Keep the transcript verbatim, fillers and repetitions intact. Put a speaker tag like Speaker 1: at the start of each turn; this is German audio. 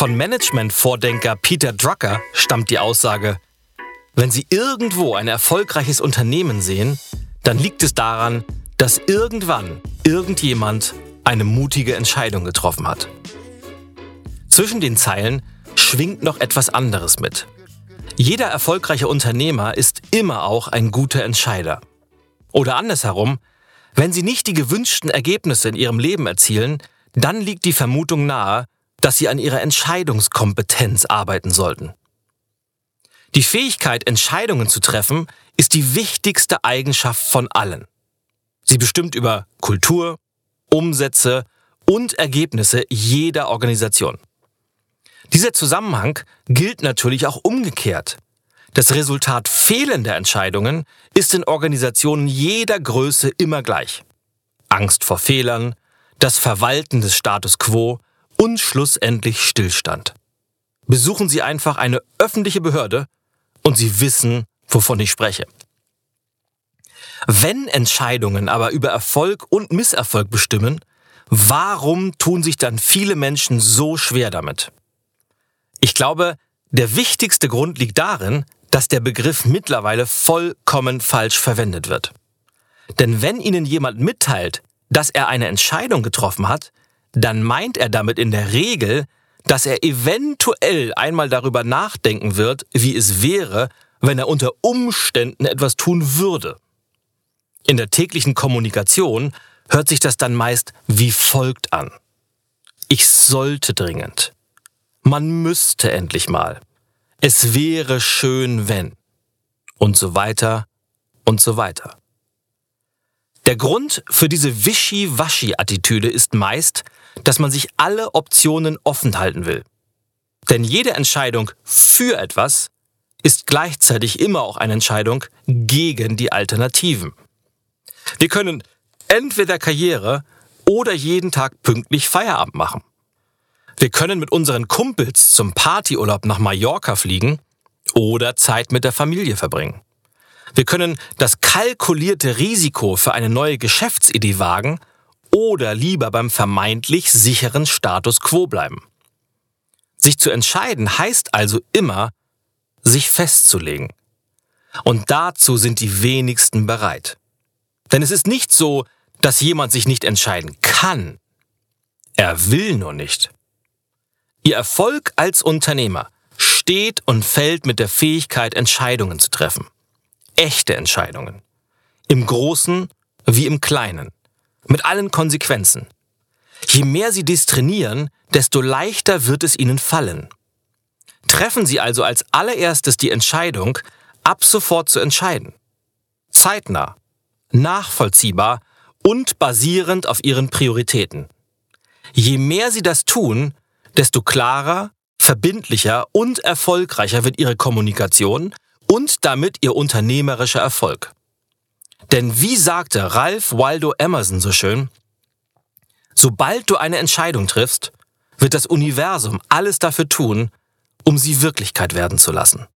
Speaker 1: Von Management-Vordenker Peter Drucker stammt die Aussage: Wenn Sie irgendwo ein erfolgreiches Unternehmen sehen, dann liegt es daran, dass irgendwann irgendjemand eine mutige Entscheidung getroffen hat. Zwischen den Zeilen schwingt noch etwas anderes mit. Jeder erfolgreiche Unternehmer ist immer auch ein guter Entscheider. Oder andersherum, wenn Sie nicht die gewünschten Ergebnisse in Ihrem Leben erzielen, dann liegt die Vermutung nahe, dass Sie an Ihrer Entscheidungskompetenz arbeiten sollten. Die Fähigkeit, Entscheidungen zu treffen, ist die wichtigste Eigenschaft von allen. Sie bestimmt über Kultur, Umsätze und Ergebnisse jeder Organisation. Dieser Zusammenhang gilt natürlich auch umgekehrt. Das Resultat fehlender Entscheidungen ist in Organisationen jeder Größe immer gleich. Angst vor Fehlern, das Verwalten des Status quo und schlussendlich Stillstand. Besuchen Sie einfach eine öffentliche Behörde und Sie wissen, wovon ich spreche. Wenn Entscheidungen aber über Erfolg und Misserfolg bestimmen, warum tun sich dann viele Menschen so schwer damit? Ich glaube, der wichtigste Grund liegt darin, dass der Begriff mittlerweile vollkommen falsch verwendet wird. Denn wenn Ihnen jemand mitteilt, dass er eine Entscheidung getroffen hat, dann meint er damit in der Regel, dass er eventuell einmal darüber nachdenken wird, wie es wäre, wenn er unter Umständen etwas tun würde. In der täglichen Kommunikation hört sich das dann meist wie folgt an: Ich sollte dringend. Man müsste endlich mal. Es wäre schön, wenn. Und so weiter und so weiter. Der Grund für diese Wischi-Waschi-Attitüde ist meist, dass man sich alle Optionen offen halten will. Denn jede Entscheidung für etwas ist gleichzeitig immer auch eine Entscheidung gegen die Alternativen. Wir können entweder Karriere oder jeden Tag pünktlich Feierabend machen. Wir können mit unseren Kumpels zum Partyurlaub nach Mallorca fliegen oder Zeit mit der Familie verbringen. Wir können das kalkulierte Risiko für eine neue Geschäftsidee wagen oder lieber beim vermeintlich sicheren Status quo bleiben. Sich zu entscheiden heißt also immer, sich festzulegen. Und dazu sind die wenigsten bereit. Denn es ist nicht so, dass jemand sich nicht entscheiden kann. Er will nur nicht. Ihr Erfolg als Unternehmer steht und fällt mit der Fähigkeit, Entscheidungen zu treffen. Echte Entscheidungen. Im Großen wie im Kleinen. Mit allen Konsequenzen. Je mehr Sie dies trainieren, desto leichter wird es Ihnen fallen. Treffen Sie also als allererstes die Entscheidung, ab sofort zu entscheiden. Zeitnah, nachvollziehbar und basierend auf Ihren Prioritäten. Je mehr Sie das tun, desto klarer, verbindlicher und erfolgreicher wird Ihre Kommunikation und damit Ihr unternehmerischer Erfolg. Denn wie sagte Ralph Waldo Emerson so schön: Sobald du eine Entscheidung triffst, wird das Universum alles dafür tun, um sie Wirklichkeit werden zu lassen.